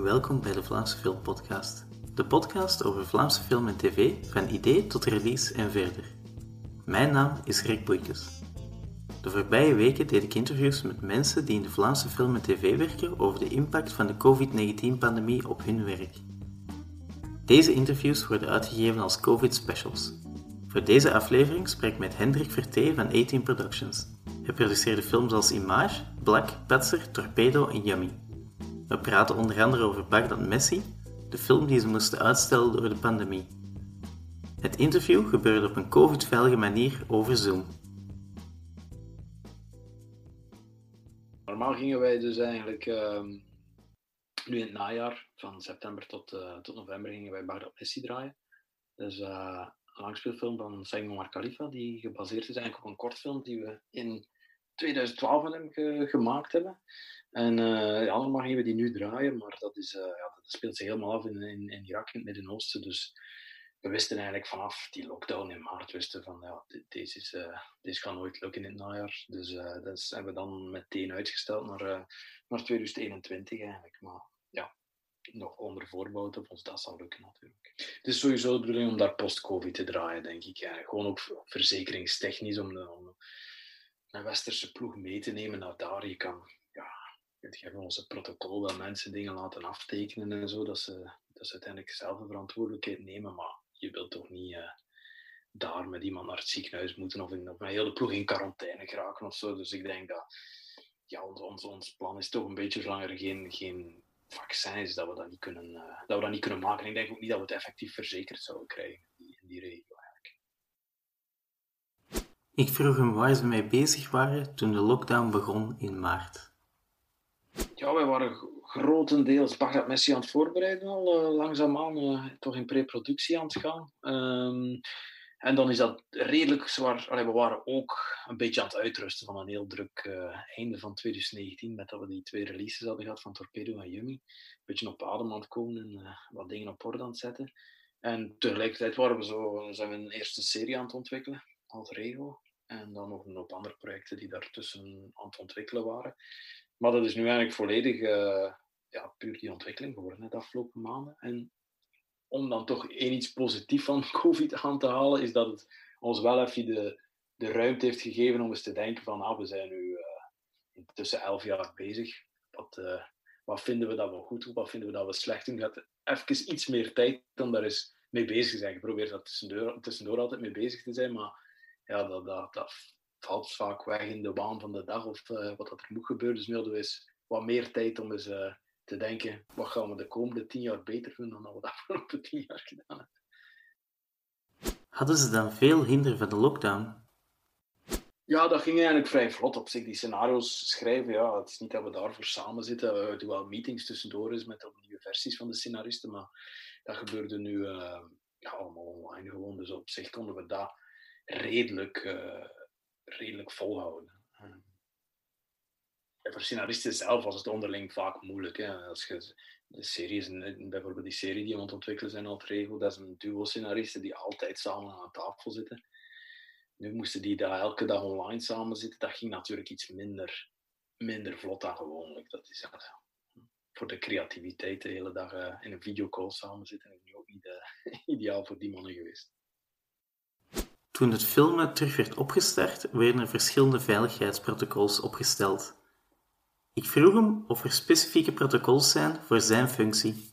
Welkom bij de Vlaamse Film Podcast. De podcast over Vlaamse film en tv, van idee tot release en verder. Mijn naam is Rick Boeikes. De voorbije weken deed ik interviews met mensen die in de Vlaamse film en tv werken over de impact van de COVID-19-pandemie op hun werk. Deze interviews worden uitgegeven als COVID-specials. Voor deze aflevering spreek ik met Hendrik Vertee van 18 Productions. Hij produceerde films als Image, Black, Patser, Torpedo en Yummy. We praten onder andere over Bagdad Messi, de film die ze moesten uitstellen door de pandemie. Het interview gebeurde op een COVID-veilige manier over Zoom. Normaal gingen wij dus eigenlijk nu in het najaar, van september tot november, gingen wij Bagdad Messi draaien. Dus een langspeelfilm van Saïd Muammar Khalifa, die gebaseerd is eigenlijk op een kortfilm die we in 2012 met hem gemaakt hebben. En normaal gingen we die nu draaien, maar dat speelt zich helemaal af in Irak, in het Midden-Oosten. Dus we wisten eigenlijk vanaf die lockdown in maart, wisten van deze gaat nooit lukken in het najaar. Dus dat hebben we dan meteen uitgesteld naar 2021 eigenlijk. Maar ja, nog onder voorbouw of ons dat zal lukken natuurlijk. Het is sowieso de bedoeling om daar post-covid te draaien, denk ik. Gewoon ook verzekeringstechnisch om een westerse ploeg mee te nemen naar daar. Je hebt onze protocol dat mensen dingen laten aftekenen en zo, dat ze uiteindelijk zelf de verantwoordelijkheid nemen, maar je wilt toch niet daar met iemand naar het ziekenhuis moeten of met heel de ploeg in quarantaine geraken of zo. Dus ik denk dat ons plan is toch een beetje, zolang er geen vaccin is, dat we dat niet kunnen maken. Ik denk ook niet dat we het effectief verzekerd zouden krijgen in die regio eigenlijk. Ik vroeg hem waar ze mee bezig waren toen de lockdown begon in maart. Ja, wij waren grotendeels Bagdad Messi aan het voorbereiden al, langzaamaan toch in pre-productie aan het gaan. En dan is dat redelijk zwaar. We waren ook een beetje aan het uitrusten van een heel druk einde van 2019, met dat we die 2 releases hadden gehad van Torpedo en Yummy. Een beetje op adem aan het komen en wat dingen op orde aan het zetten. En tegelijkertijd zijn we een eerste serie aan het ontwikkelen, Alter Ego. En dan nog een hoop andere projecten die daartussen aan het ontwikkelen waren. Maar dat is nu eigenlijk volledig puur die ontwikkeling geworden de afgelopen maanden. En om dan toch iets positiefs van COVID aan te halen, is dat het ons wel even de ruimte heeft gegeven om eens te denken van, we zijn nu intussen 11 jaar bezig. Wat vinden we dat we goed doen, wat vinden we dat we slecht doen? Je hebt even iets meer tijd om daar eens mee bezig te zijn. Je probeert daar tussendoor altijd mee bezig te zijn, maar ja, dat valt vaak weg in de waan van de dag of wat er moet gebeuren. Dus nu hadden we eens wat meer tijd om eens te denken, wat gaan we de komende 10 jaar beter doen dan dat we de afgelopen 10 jaar gedaan hebben. Hadden ze dan veel hinder van de lockdown? Ja, dat ging eigenlijk vrij vlot op zich. Die scenario's schrijven, het is niet dat we daarvoor samen zitten. We doen wel meetings tussendoor eens met nieuwe versies van de scenaristen, maar dat gebeurde nu allemaal online gewoon. Dus op zich konden we dat redelijk volhouden. En voor scenaristen zelf was het onderling vaak moeilijk. Hè. Als je de series, bijvoorbeeld die serie die we aan het ontwikkelen zijn, Alter Ego, dat is een duo scenaristen die altijd samen aan tafel zitten. Nu moesten die daar elke dag online samen zitten. Dat ging natuurlijk iets minder vlot dan gewoonlijk. Dat is voor de creativiteit de hele dag in een videocall samen zitten. is nu ook niet ideaal voor die mannen geweest. Toen het filmen terug werd opgestart, werden er verschillende veiligheidsprotocols opgesteld. Ik vroeg hem of er specifieke protocols zijn voor zijn functie.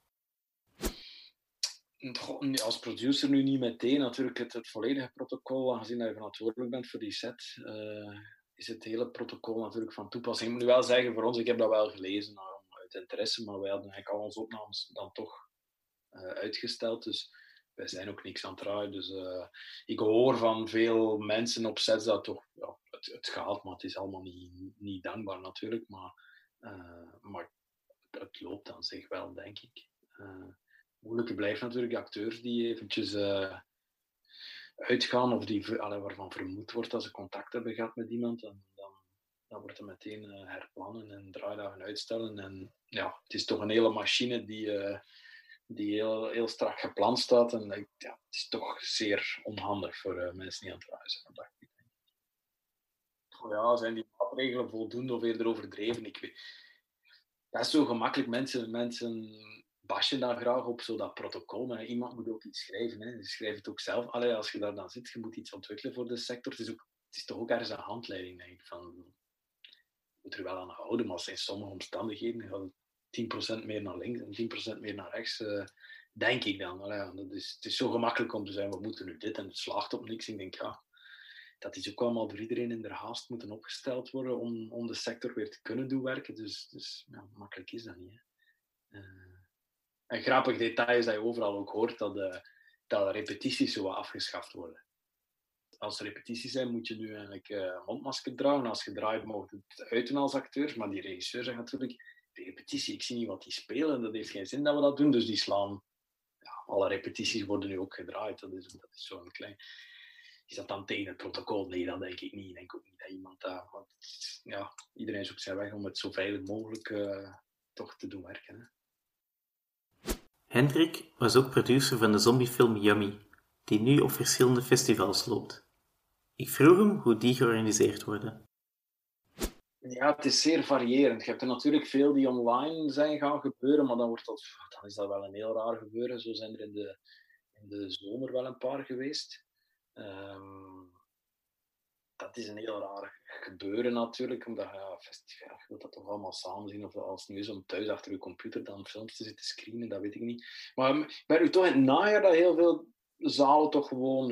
Als producer nu niet meteen. Natuurlijk het volledige protocol, aangezien dat je verantwoordelijk bent voor die set, is het hele protocol natuurlijk van toepassing. Ik moet nu wel zeggen, voor ons, ik heb dat wel gelezen uit interesse, maar wij hadden eigenlijk al onze opnames dan toch uitgesteld. Dus wij zijn ook niks aan het draaien. Dus ik hoor van veel mensen op sets dat toch het gaat, maar het is allemaal niet dankbaar natuurlijk. Maar het loopt aan zich wel, denk ik. Moeilijke blijft natuurlijk de acteurs die eventjes uitgaan of waarvan vermoed wordt dat ze contact hebben gehad met iemand. Dan wordt er meteen herplannen en draaidagen uitstellen. En ja, het is toch een hele machine die heel, heel strak gepland staat. En het is toch zeer onhandig voor mensen die aan het draaien zijn. Zijn die maatregelen voldoende of eerder overdreven? dat is zo gemakkelijk. Mensen bashen daar graag op, zo dat protocol. Maar iemand moet ook iets schrijven. Hè. Je schrijft het ook zelf. Allee, als je daar dan zit, je moet iets ontwikkelen voor de sector. Het is toch ook ergens een handleiding, denk ik. Van, je moet er wel aan houden, maar in sommige omstandigheden gaat het 10% meer naar links en 10% meer naar rechts. Denk ik dan. Allee, het is zo gemakkelijk om te zeggen, we moeten nu dit en het slaagt op niks. Ik denk, ja, dat is ook allemaal door iedereen in de haast moeten opgesteld worden om de sector weer te kunnen doen werken. Dus ja, makkelijk is dat niet. Hè. Een grappig detail is dat je overal ook hoort dat repetities zo wat afgeschaft worden. Als er repetities zijn, moet je nu eigenlijk mondmasker dragen. Als je draait, mag je het uiten als acteur. Maar die regisseur zegt natuurlijk, de repetitie, ik zie niet wat die spelen. Dat heeft geen zin dat we dat doen. Dus die slaan... Ja, alle repetities worden nu ook gedraaid. Dat is zo'n klein... Is dat dan tegen het protocol? Nee, dat denk ik niet. Ik denk ook niet dat iemand dat... Want, ja, iedereen zoekt zijn weg om het zo veilig mogelijk toch te doen werken. Hè. Hendrik was ook producer van de zombiefilm Yummy, die nu op verschillende festivals loopt. Ik vroeg hem hoe die georganiseerd worden. Ja, het is zeer variërend. Je hebt er natuurlijk veel die online zijn gaan gebeuren, maar dan is dat wel een heel raar gebeuren. Zo zijn er in de zomer wel een paar geweest. Dat is een heel raar gebeuren natuurlijk, omdat je wilt dat toch allemaal samen zien. Of als het nu is om thuis achter je computer dan films te zitten screenen, dat weet ik niet. Maar bij u toch in het najaar dat heel veel zalen toch gewoon,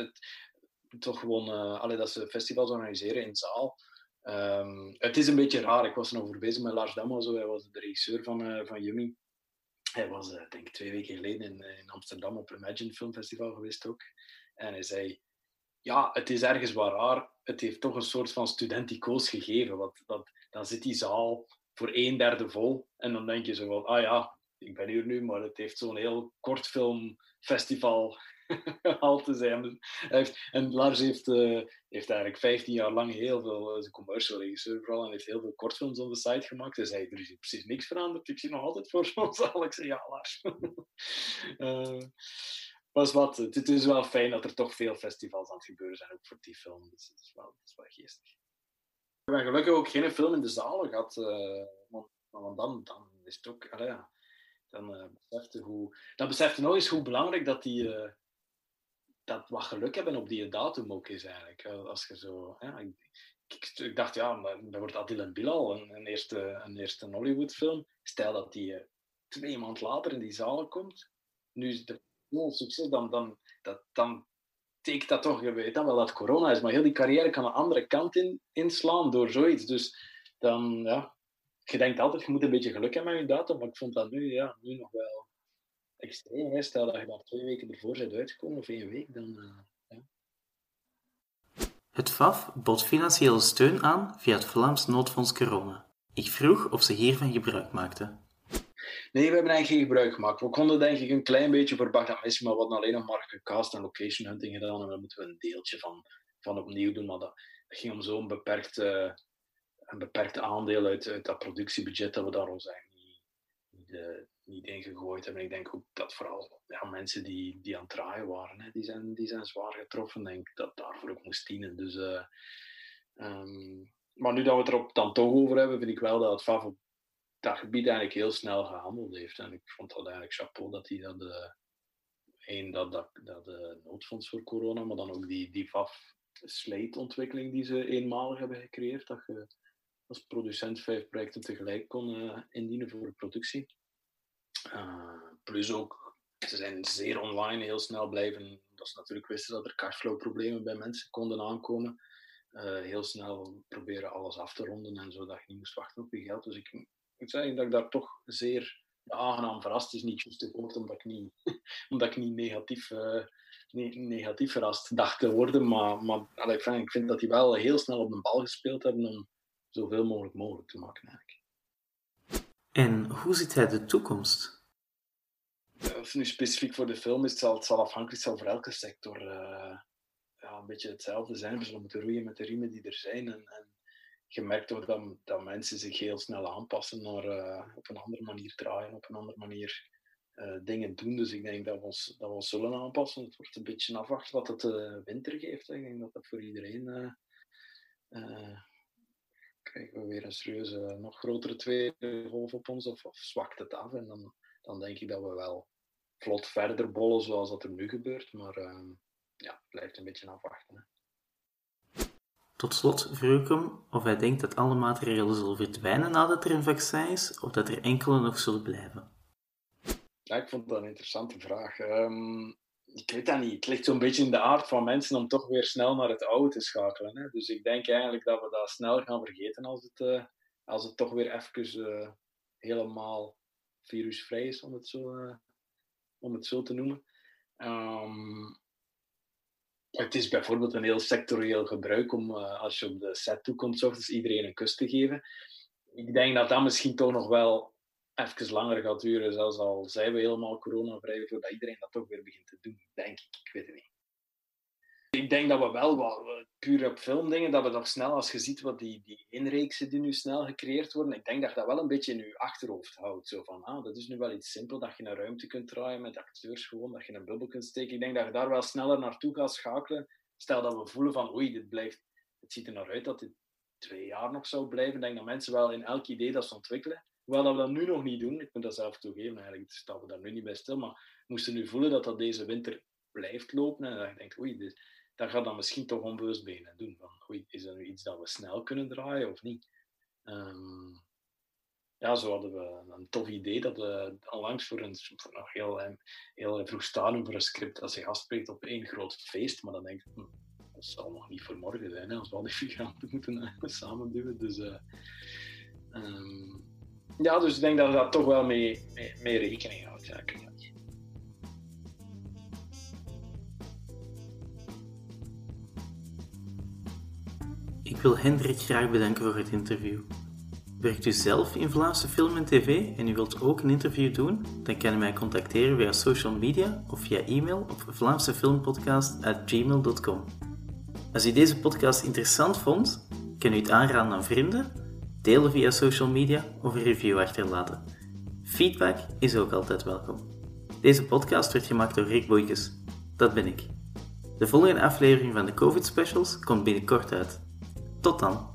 dat ze festivals organiseren in zaal. Het is een beetje raar. Ik was er nog voor bezig met Lars Damaso. Hij was de regisseur van Yummy. Hij was, denk ik, 2 weken geleden in Amsterdam op Imagine Film Festival geweest ook. En hij zei, ja, het is ergens wel raar. Het heeft toch een soort van studenticoos gegeven. Dan zit die zaal voor 1/3 vol. En dan denk je zo van, ah ja, ik ben hier nu, maar het heeft zo'n heel kortfilmfestival al te zijn. En Lars heeft eigenlijk 15 jaar lang heel veel, is een commercial regisseur vooral, en heeft heel veel kortfilms op de site gemaakt. Dus hij er is precies niks veranderd. Ik zie nog altijd voor zo'n zaal. Ik zeg, ja, Lars. Was wat. Het is wel fijn dat er toch veel festivals aan het gebeuren zijn, ook voor die film. Dus dat is wel geestig. Ik heb gelukkig ook geen film in de zalen gehad. Want dan is het ook... ja. Dan besefte nog eens hoe belangrijk dat wat geluk hebben op die datum ook is eigenlijk. Als je zo... Ik dacht, ja, dat wordt Adil en Bilal, een eerste Hollywood-film. Stel dat die 2 maanden later in die zalen komt. Nu is het een succes, dan tekent dat toch... Je weet dan wel dat corona is, maar heel die carrière kan een andere kant inslaan door zoiets. Dus dan, ja... Je denkt altijd, je moet een beetje geluk hebben met je datum, maar ik vond dat nu nog wel extreem. Hè. Stel dat je daar 2 weken ervoor bent uitgekomen, of 1 week, dan... Ja. Het FAF bood financiële steun aan via het Vlaams Noodfonds Corona. Ik vroeg of ze hiervan gebruik maakten. Nee, we hebben eigenlijk geen gebruik gemaakt. We konden denk ik een klein beetje voor Bagdad Messi, maar we hadden alleen nog maar gecast en location hunting gedaan. En daar moeten we een deeltje van opnieuw doen. Maar dat ging om zo'n beperkt aandeel uit dat productiebudget dat we daar ons eigenlijk niet in gegooid hebben. Ik denk ook dat vooral mensen die aan het draaien waren, hè, die zijn zwaar getroffen. Ik denk dat daarvoor ook moest dienen. Dus, maar nu dat we het er dan toch over hebben, vind ik wel dat het FAF op dat gebied eigenlijk heel snel gehandeld heeft. En ik vond dat eigenlijk chapeau dat hij dat noodfonds voor corona, maar dan ook die FAF Slate-ontwikkeling die ze eenmalig hebben gecreëerd, dat je als producent 5 projecten tegelijk kon indienen voor de productie. Plus ook, ze zijn zeer online heel snel blijven, omdat ze natuurlijk wisten dat er cashflow-problemen bij mensen konden aankomen. Heel snel proberen alles af te ronden en zodat je niet moest wachten op je geld. Dus ik moet zeggen dat ik daar toch zeer aangenaam verrast is. Niet juist te woord, omdat ik niet negatief verrast dacht te worden. Maar ik vind dat die wel heel snel op de bal gespeeld hebben om zoveel mogelijk te maken eigenlijk. En hoe ziet hij de toekomst? Of nu specifiek voor de film is, het zal afhankelijk zijn voor elke sector een beetje hetzelfde zijn. We zullen moeten roeien met de riemen die er zijn. En je merkt toch dat mensen zich heel snel aanpassen naar op een andere manier draaien, op een andere manier dingen doen. Dus ik denk dat we ons zullen aanpassen. Het wordt een beetje afwachten wat het winter geeft. Ik denk dat dat voor iedereen krijgen we weer een serieuze, nog grotere tweede golf op ons, of zwakt het af. En dan denk ik dat we wel vlot verder bollen zoals dat er nu gebeurt. Maar het blijft een beetje afwachten. Hè. Tot slot vroeg ik hem of hij denkt dat alle maatregelen zullen verdwijnen nadat er een vaccin is, of dat er enkele nog zullen blijven. Ja, ik vond dat een interessante vraag. Ik weet dat niet. Het ligt zo'n beetje in de aard van mensen om toch weer snel naar het oude te schakelen. Hè. Dus ik denk eigenlijk dat we dat snel gaan vergeten als het toch weer even helemaal virusvrij is, om het zo te noemen. Het is bijvoorbeeld een heel sectorieel gebruik om, als je op de set toekomt, 's ochtends iedereen een kus te geven. Ik denk dat dat misschien toch nog wel even langer gaat duren, zelfs al zijn we helemaal coronavrij, voordat iedereen dat toch weer begint te doen, denk ik. Ik weet het niet. Ik denk dat we wel, puur op filmdingen, dat we nog snel, als je ziet wat die inreeksen die nu snel gecreëerd worden, ik denk dat je dat wel een beetje in je achterhoofd houdt. Zo van, dat is nu wel iets simpel, dat je een ruimte kunt draaien met acteurs gewoon, dat je een bubbel kunt steken. Ik denk dat je daar wel sneller naartoe gaat schakelen. Stel dat we voelen van, oei, het ziet er naar uit dat dit 2 jaar nog zou blijven. Ik denk dat mensen wel in elk idee dat ze ontwikkelen, hoewel dat we dat nu nog niet doen, ik moet dat zelf toegeven eigenlijk, dus staan we daar nu niet bij stil, maar we moesten nu voelen dat deze winter blijft lopen en dat je denkt, oei, dat gaat dan misschien toch onbewust beginnen doen. Van, oei, is er nu iets dat we snel kunnen draaien of niet? Zo hadden we een tof idee dat we onlangs voor nog heel vroeg stadium voor een script dat zich afspreekt op 1 groot feest, maar dan denk ik, dat zal nog niet voor morgen zijn, hè, als we al die figuranten moeten samenduwen. Dus ik denk dat we daar toch wel mee rekening houdt. Ja, Ik wil Hendrik graag bedanken voor het interview. Werkt u zelf in Vlaamse film en tv en u wilt ook een interview doen? Dan kan u mij contacteren via social media of via e-mail op vlaamsefilmpodcast@gmail.com. Als u deze podcast interessant vond, kan u het aanraden aan vrienden, delen via social media of een review achterlaten. Feedback is ook altijd welkom. Deze podcast werd gemaakt door Rick Boeikes. Dat ben ik. De volgende aflevering van de COVID Specials komt binnenkort uit. Tot dan!